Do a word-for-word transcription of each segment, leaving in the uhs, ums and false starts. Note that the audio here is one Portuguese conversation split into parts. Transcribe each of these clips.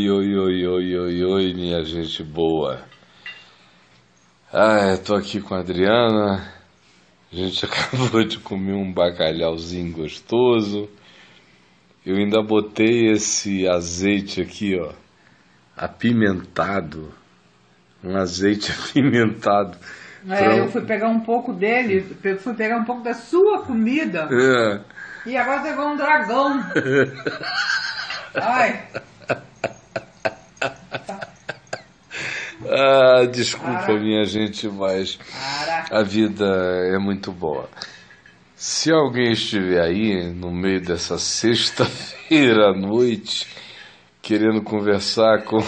oi, oi, oi, oi, oi, minha gente boa. Ah, eu tô aqui com a Adriana. A gente acabou de comer um bacalhauzinho gostoso. Eu ainda botei esse azeite aqui, ó, apimentado. Um azeite apimentado. É, eu fui pegar um pouco dele, fui pegar um pouco da sua comida. É. E agora pegou um dragão. Ai. Ah, desculpa, Para. minha gente, mas Para. a vida é muito boa. Se alguém estiver aí no meio dessa sexta-feira à noite querendo conversar com,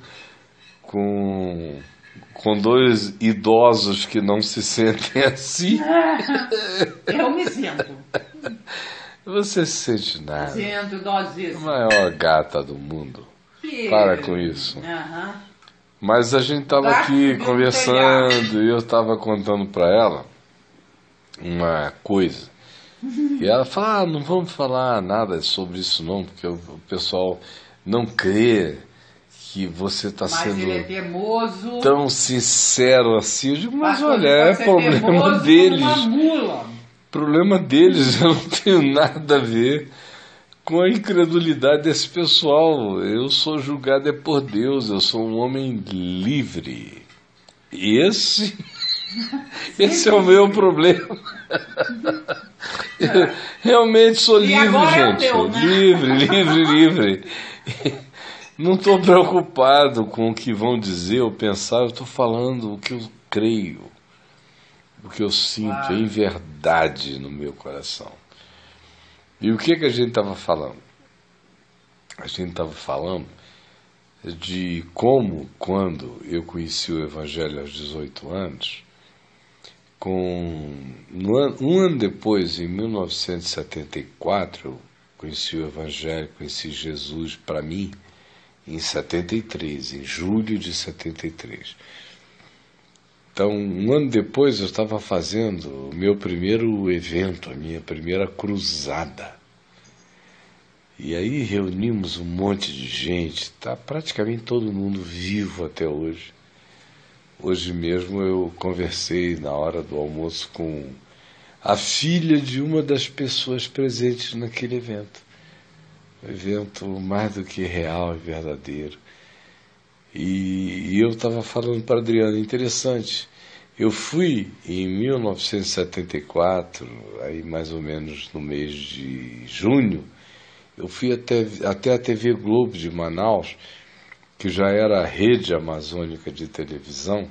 com, com dois idosos que não se sentem assim, Eu me sinto. você se sente nada. Sinto A dosíssimo. maior gata do mundo. Que- Para com isso. Aham. Mas a gente tava Gato aqui subiu no conversando e eu tava contando pra ela uma coisa. E ela fala, ah, não vamos falar nada sobre isso não, porque o, o pessoal não crê que você está Mas ele é sendo teimoso. tão sincero assim. Eu digo, mas Pastor, olha, ele é pode ser problema teimoso como deles. uma mula. Problema deles, eu não tenho nada a ver com a incredulidade desse pessoal. Eu sou julgado é por Deus, eu sou um homem livre. E esse, esse é o meu problema. Eu realmente sou E livre, agora é o gente. meu, né? Livre, livre, livre. Não estou preocupado com o que vão dizer ou pensar, eu estou falando o que eu creio, o que eu sinto Claro. em verdade no meu coração. E o que, que a gente estava falando? A gente estava falando de como, quando eu conheci o Evangelho aos dezoito anos, com, no ano, um ano depois, em mil novecentos e setenta e quatro, eu conheci o Evangelho, conheci Jesus para mim, em setenta e três, em julho de setenta e três. Então, um ano depois, eu estava fazendo o meu primeiro evento, a minha primeira cruzada. E aí reunimos um monte de gente, está praticamente todo mundo vivo até hoje. Hoje mesmo eu conversei na hora do almoço com a filha de uma das pessoas presentes naquele evento. Um evento mais do que real e verdadeiro. E, e eu estava falando para a Adriana, interessante, eu fui em mil novecentos e setenta e quatro, aí mais ou menos no mês de junho, eu fui até, até a T V Globo de Manaus, que já era a rede amazônica de televisão,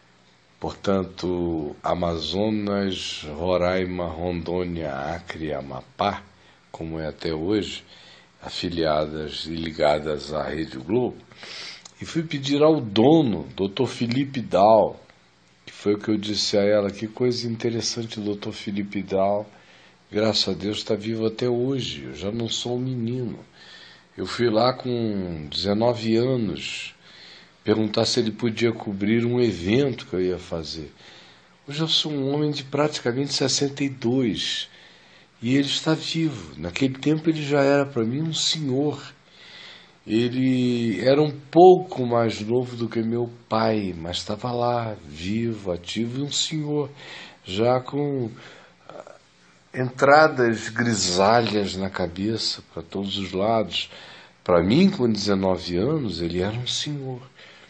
portanto, Amazonas, Roraima, Rondônia, Acre e Amapá, como é até hoje, afiliadas e ligadas à Rede Globo, e fui pedir ao dono, doutor Felipe Dal, que foi o que eu disse a ela, que coisa interessante, doutor Felipe Dal, graças a Deus está vivo até hoje, eu já não sou um menino. Eu fui lá com dezenove anos, perguntar se ele podia cobrir um evento que eu ia fazer. Hoje eu sou um homem de praticamente sessenta e dois, e ele está vivo. Naquele tempo ele já era para mim um senhor. Ele era um pouco mais novo do que meu pai, mas estava lá, vivo, ativo, e um senhor, já com entradas grisalhas na cabeça para todos os lados. Para mim, com dezenove anos, ele era um senhor.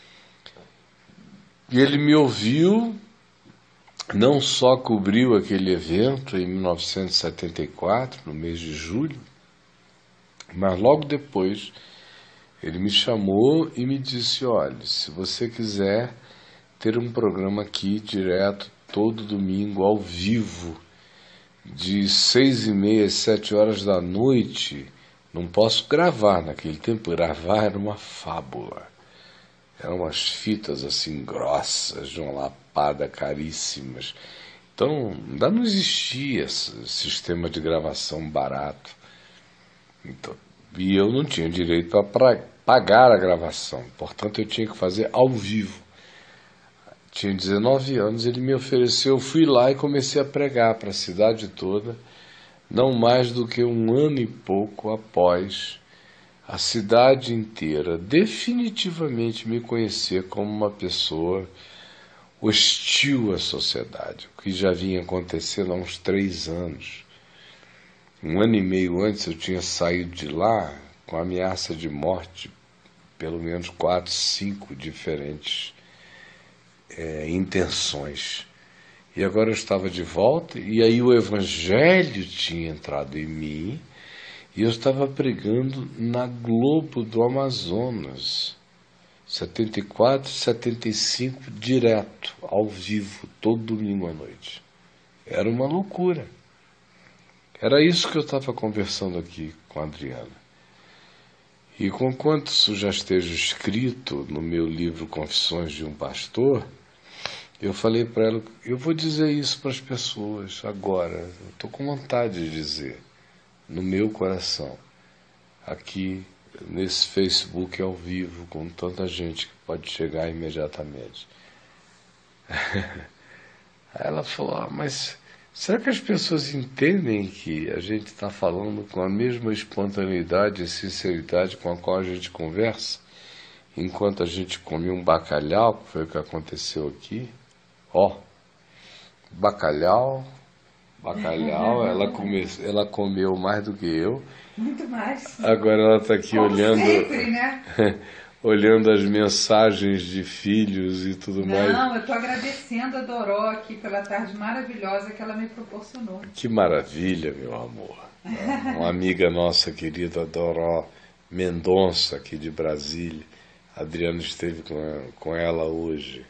E ele me ouviu, não só cobriu aquele evento em mil novecentos e setenta e quatro, no mês de julho, mas logo depois ele me chamou e me disse, olha, se você quiser ter um programa aqui direto, todo domingo, ao vivo, de seis e meia às sete horas da noite, não posso gravar, naquele tempo gravar era uma fábula. Eram umas fitas assim grossas, de uma lapada caríssimas. Então, ainda não existia esse sistema de gravação barato. Então, e eu não tinha direito a pagar a gravação, portanto eu tinha que fazer ao vivo. Tinha dezenove anos, ele me ofereceu, eu fui lá e comecei a pregar para a cidade toda, não mais do que um ano e pouco após a cidade inteira definitivamente me conhecer como uma pessoa hostil à sociedade, o que já vinha acontecendo há uns três anos. Um ano e meio antes eu tinha saído de lá com ameaça de morte, pelo menos quatro, cinco diferentes é, intenções. E agora eu estava de volta, e aí o Evangelho tinha entrado em mim, e eu estava pregando na Globo do Amazonas, setenta e quatro, setenta e cinco, direto, ao vivo, todo domingo à noite. Era uma loucura. Era isso que eu estava conversando aqui com a Adriana. E conquanto isso já esteja escrito no meu livro Confissões de um Pastor, eu falei para ela, eu vou dizer isso para as pessoas agora, eu estou com vontade de dizer, no meu coração, aqui nesse Facebook ao vivo, com tanta gente que pode chegar imediatamente. Aí ela falou, ah, mas será que as pessoas entendem que a gente está falando com a mesma espontaneidade e sinceridade com a qual a gente conversa, enquanto a gente come um bacalhau, que foi o que aconteceu aqui? Ó, bacalhau, bacalhau, ela, come, ela comeu mais do que eu. Muito mais. Agora ela está aqui Como olhando, sempre, né? olhando as mensagens de filhos e tudo Não, mais. Não, eu estou agradecendo a Doró aqui pela tarde maravilhosa que ela me proporcionou. Que maravilha, meu amor. Uma amiga nossa querida, Doró Mendonça, aqui de Brasília. A Adriana esteve com, com ela hoje.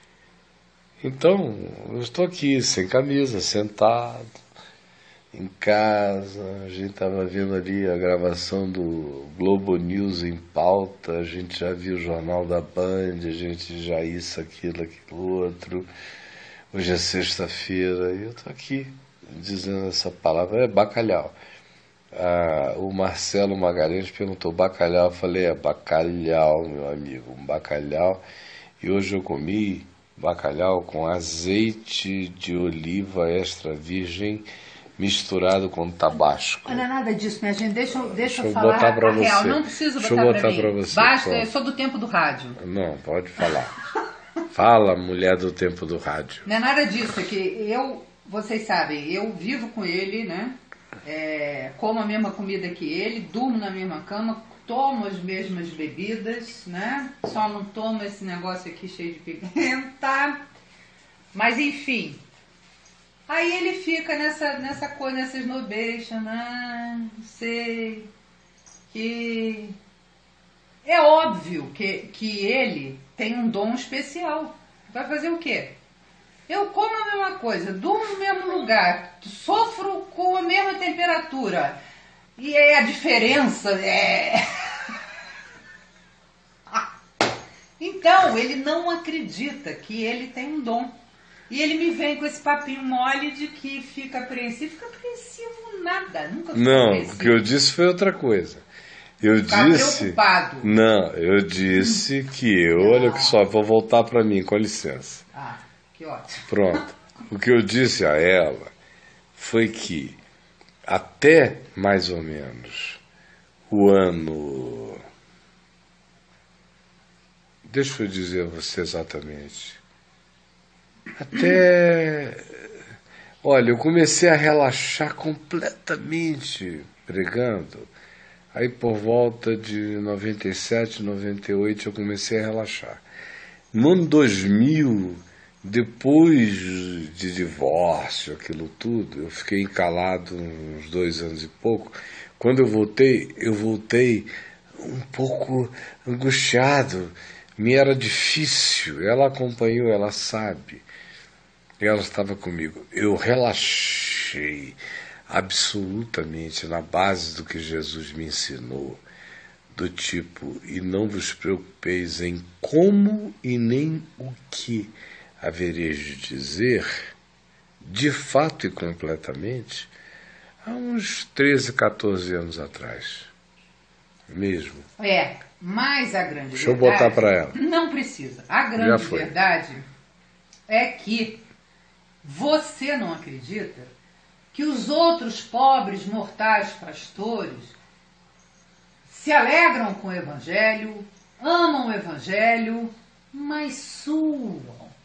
Então, eu estou aqui, sem camisa, sentado, em casa. A gente estava vendo ali a gravação do Globo News em pauta, a gente já viu o Jornal da Band, a gente já isso, aquilo, aquilo outro. Hoje é sexta-feira e eu estou aqui dizendo essa palavra, é bacalhau. Ah, o Marcelo Magalhães perguntou bacalhau, eu falei, é bacalhau, meu amigo, um bacalhau. E hoje eu comi bacalhau com azeite de oliva extra virgem misturado com tabasco. Não é nada disso, minha gente. Deixa, deixa, deixa eu eu falar botar pra a você. real. Não preciso Deixa eu botar, botar pra mim. pra você. Basta, Pronto. eu sou do tempo do rádio. Não, pode falar. Fala, mulher do tempo do rádio. Não é nada disso, é que eu, vocês sabem, eu vivo com ele, né? É, como a mesma comida que ele, durmo na mesma cama, tomo as mesmas bebidas, né? Só não tomo esse negócio aqui cheio de pimenta. Mas enfim. Aí ele fica nessa, nessa coisa, nessas nobeixas, né? Não sei. Que. É óbvio que, que ele tem um dom especial. Vai fazer o quê? Eu como a mesma coisa, durmo no mesmo lugar, sofro com a mesma temperatura. E é a diferença é... Então, ele não acredita que ele tem um dom. E ele me vem com esse papinho mole de que fica apreensivo. Fica apreensivo nada, nunca fica Não, apreensivo. o que eu disse foi outra coisa. Eu Ficar disse... preocupado. Não, eu disse que eu... Olha que só, vou voltar para mim, com licença. Ah, que ótimo. Pronto. O que eu disse a ela foi que até mais ou menos o ano... Deixa eu dizer a você exatamente. Até... Olha, eu comecei a relaxar completamente pregando. Aí por volta de noventa e sete, noventa e oito eu comecei a relaxar. No ano dois mil, depois de divórcio, aquilo tudo, eu fiquei encalado uns dois anos e pouco. Quando eu voltei, eu voltei um pouco angustiado. Me era difícil. Ela acompanhou, ela sabe. Ela estava comigo. Eu relaxei absolutamente na base do que Jesus me ensinou, do tipo, e não vos preocupeis em como e nem o que havereis de dizer, de fato e completamente, há uns treze, quatorze anos atrás. Mesmo. É, mas a grande Deixa eu verdade... botar para ela. Não precisa. A grande verdade é que você não acredita que os outros pobres mortais pastores se alegram com o Evangelho, amam o Evangelho, mas suam,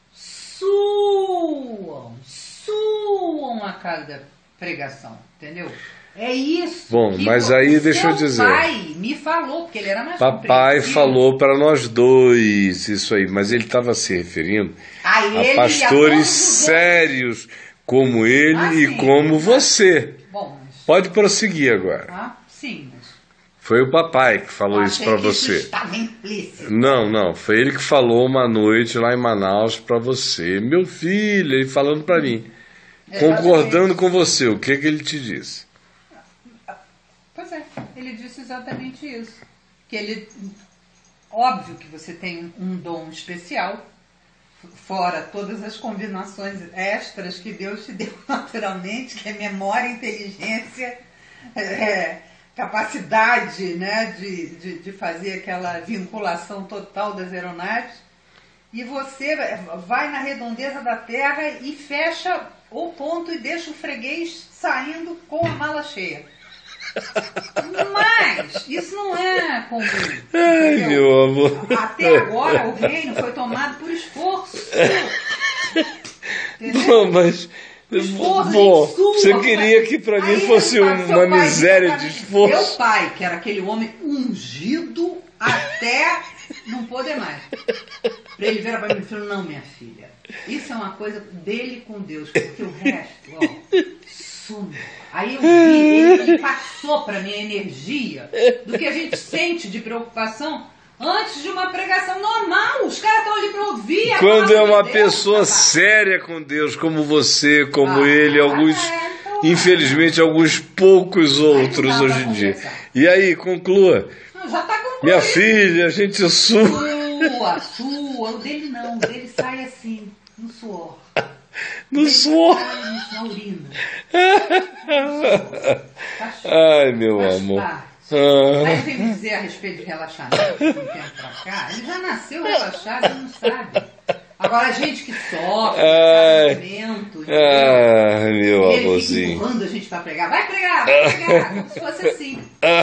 suam, suam a cada pregação, entendeu? É isso. Bom, que mas o aí deixa eu seu dizer. pai me falou, porque ele era mais Papai compreensivo. falou para nós dois isso aí, mas ele estava se referindo A ele e a a pastores todos os sérios como ele Ah, e sim, como mas- você. Bom, mas, Pode prosseguir agora. ah, sim, mas Foi o papai que falou eu isso achei para que isso você. estava implícito. Não, não, foi ele que falou uma noite lá em Manaus para você. Meu filho, ele falando para mim, Exatamente. concordando com você. O que que ele te disse? Pois é, ele disse exatamente isso. Que ele, óbvio que você tem um dom especial, fora todas as combinações extras que Deus te deu naturalmente, que é memória, inteligência, é, capacidade, né, de, de, de fazer aquela vinculação total das aeronaves. E você vai na redondeza da terra e fecha o ponto e deixa o freguês saindo com a mala cheia. Mas isso não é comum. Ai, entendeu? meu amor. Até agora o reino foi tomado por esforço. Entendeu? Bom, mas... Esforço, Bom, gente, sua. você queria que para mim Aí, fosse seu uma pai miséria disse de pra mim, esforço. Seu pai, que era aquele homem ungido até não poder mais. Para ele virar para mim e falou, não, minha filha, isso é uma coisa dele com Deus, porque o resto, ó, some. Aí eu vi, ele, ele passou para mim a energia do que a gente sente de preocupação antes de uma pregação normal. Os caras estão ali para ouvir. a Quando é palavra uma de Deus, pessoa rapaz. séria com Deus, como você, como Ah, ele, alguns, é, então, infelizmente, alguns poucos outros dá pra hoje em dia. conversar. E aí, conclua. Não, já tá concluído. Minha filha, a gente sua. Sua, sua. O dele não. O dele sai assim, no suor. No Ele suor. sai na urina. Faz- Ai, meu faz amor. parte. Ah. Aí vem me dizer a respeito de relaxamento, de um tempo pra cá, ele já nasceu relaxado e não sabe. Agora a gente que sofre, Ai. relaxamento, entendeu? Ah, meu Ele fica amorzinho. empurrando a gente pra pregar. Vai pregar, vai pregar, como se fosse assim.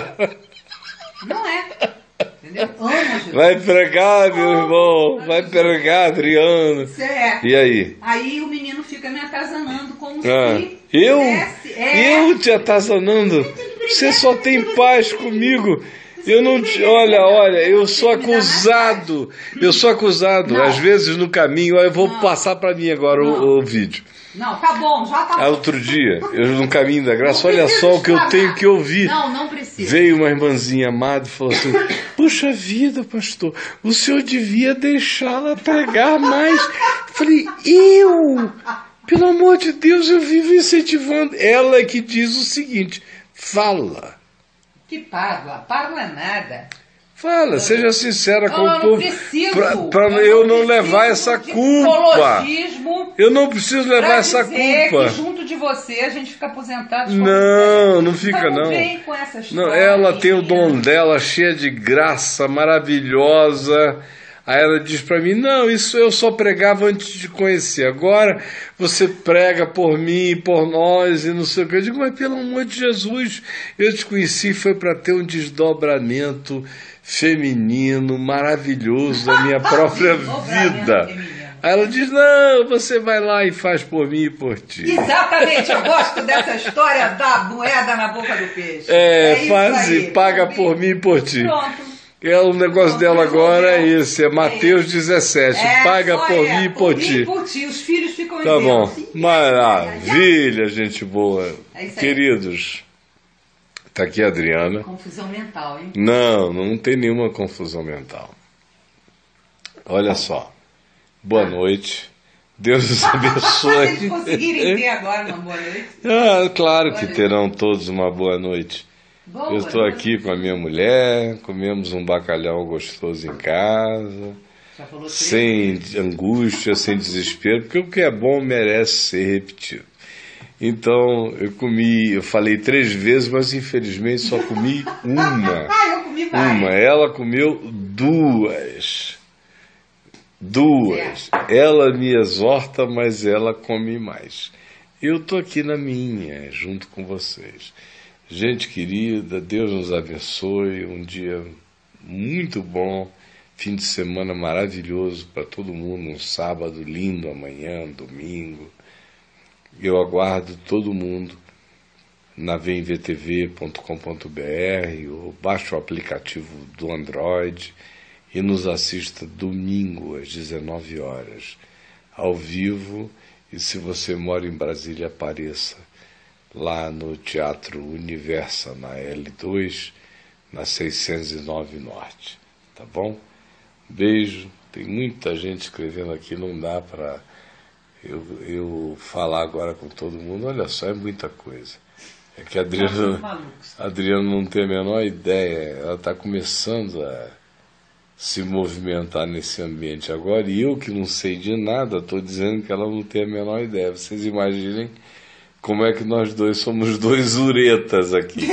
Não é. Entendeu? Ama Jesus. Vai pregar, meu irmão. Vai pregar, Adriano. Certo. E aí? Aí o menino fica me atazanando como Ah, se eu? pudesse- é, Eu te atazanando? Você só tem paz comigo. Eu não te... Olha, olha, eu sou acusado. Eu sou acusado. Não. Às vezes no caminho, eu vou Não. passar para mim agora o, Não. o vídeo. Não, tá bom, já tá Ah, bom. outro dia, eu no caminho da graça, Não olha precisa só o que eu explanar. tenho que ouvir. Não, não precisa. Veio uma irmãzinha amada e falou assim: puxa vida, pastor, o senhor devia deixá-la pregar mais. Eu falei, eu? Pelo amor de Deus, eu vivo incentivando. Ela é que diz o seguinte: fala, Que parla? Parla nada. fala, seja sincera com Não, o eu não povo. preciso. Para eu não preciso levar essa de culpa. psicologismo Eu não preciso levar pra essa dizer culpa. que junto de você a gente fica aposentado. de Não, forma não fica, então, não. Vem com essa Não, história ela aí. tem o dom dela, cheia de graça, maravilhosa. Aí ela diz para mim, não, isso eu só pregava antes de conhecer. Agora você prega por mim e por nós e não sei o que. Eu digo, mas pelo amor de Jesus, eu te conheci foi para ter um desdobramento feminino maravilhoso da minha própria Desdobramento vida. feminino. Aí ela diz, não, você vai lá e faz por mim e por ti. Exatamente, eu gosto dessa história da moeda na boca do peixe. É, isso faz aí, e paga também. por mim e por ti. Pronto. É, o negócio Pronto, dela agora é resolveu. esse, é Mateus dezessete, É, paga só por é, mim e por mim ti. e por ti. Os filhos ficam Tá bom, isentos. maravilha, gente boa. É isso aí. Queridos, tá aqui a Adriana. Confusão mental, hein? Não, não tem nenhuma confusão mental. Olha só, boa noite, Deus os Se eles abençoe. conseguirem ter agora uma boa noite. Ah, claro Boa que noite. terão todos uma boa noite. Boa Eu estou noite. aqui com a minha mulher, comemos um bacalhau gostoso em casa, Já falou três sem vezes. angústia, sem desespero, porque o que é bom merece ser repetido. Então, eu comi, eu falei três vezes, mas infelizmente só comi uma. Ah, eu comi mais. Uma, ela comeu duas. Duas. Certo. Ela me exorta, mas ela come mais. Eu estou aqui na minha, junto com vocês. Gente querida, Deus nos abençoe. Um dia muito bom, fim de semana maravilhoso para todo mundo. Um sábado lindo amanhã, um domingo. Eu aguardo todo mundo na vem vê tê vê ponto com ponto br ou baixe o aplicativo do Android e nos assista domingo às dezenove horas, ao vivo. E se você mora em Brasília, apareça lá no Teatro Universa, na L dois, na seiscentos e nove Norte. Tá bom? Beijo. Tem muita gente escrevendo aqui, não dá para eu, eu falar agora com todo mundo. Olha só, é muita coisa. É que a Adriana, a Adriana não tem a menor ideia, ela está começando a se movimentar nesse ambiente agora, e eu que não sei de nada, estou dizendo que ela não tem a menor ideia. Vocês imaginem como é que nós dois somos dois uretas aqui.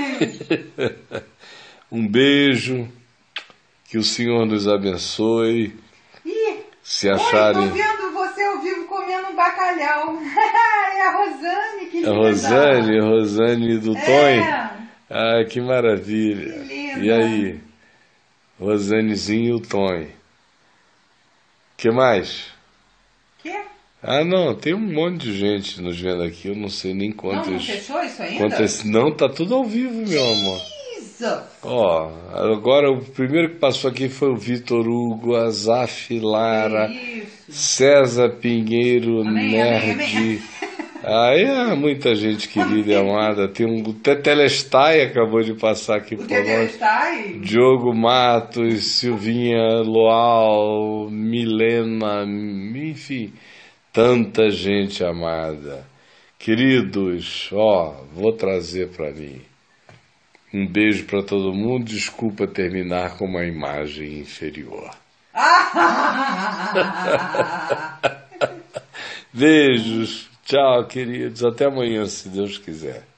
Um beijo, que o Senhor nos abençoe. Ih, se acharem... Oi, tô vendo você ao vivo comendo um bacalhau. É a Rosane, que linda. A Rosane, a Rosane do É. Tonho. Ah, que maravilha. Que linda. E aí? Rosanezinho e o Tonho. Que mais? Quê? Ah, não, tem um monte de gente nos vendo aqui, eu não sei nem quantos... Não, não fechou isso ainda? quantas... Não, tá tudo ao vivo, meu amor. Isso. Ó, agora o primeiro que passou aqui foi o Vitor Hugo, Azaf Lara, Isso. César Pinheiro, Amém, Nerd. amém, amém. Aí é muita gente querida e amada. Tem um o Tetelestai acabou de passar aqui O por Dedé nós. está aí. Diogo Matos, Silvinha Loal, Milena, enfim, tanta gente amada. Queridos, ó, vou trazer para mim. Um beijo para todo mundo. Desculpa terminar com uma imagem inferior. Beijos. Tchau, queridos. Até amanhã, se Deus quiser.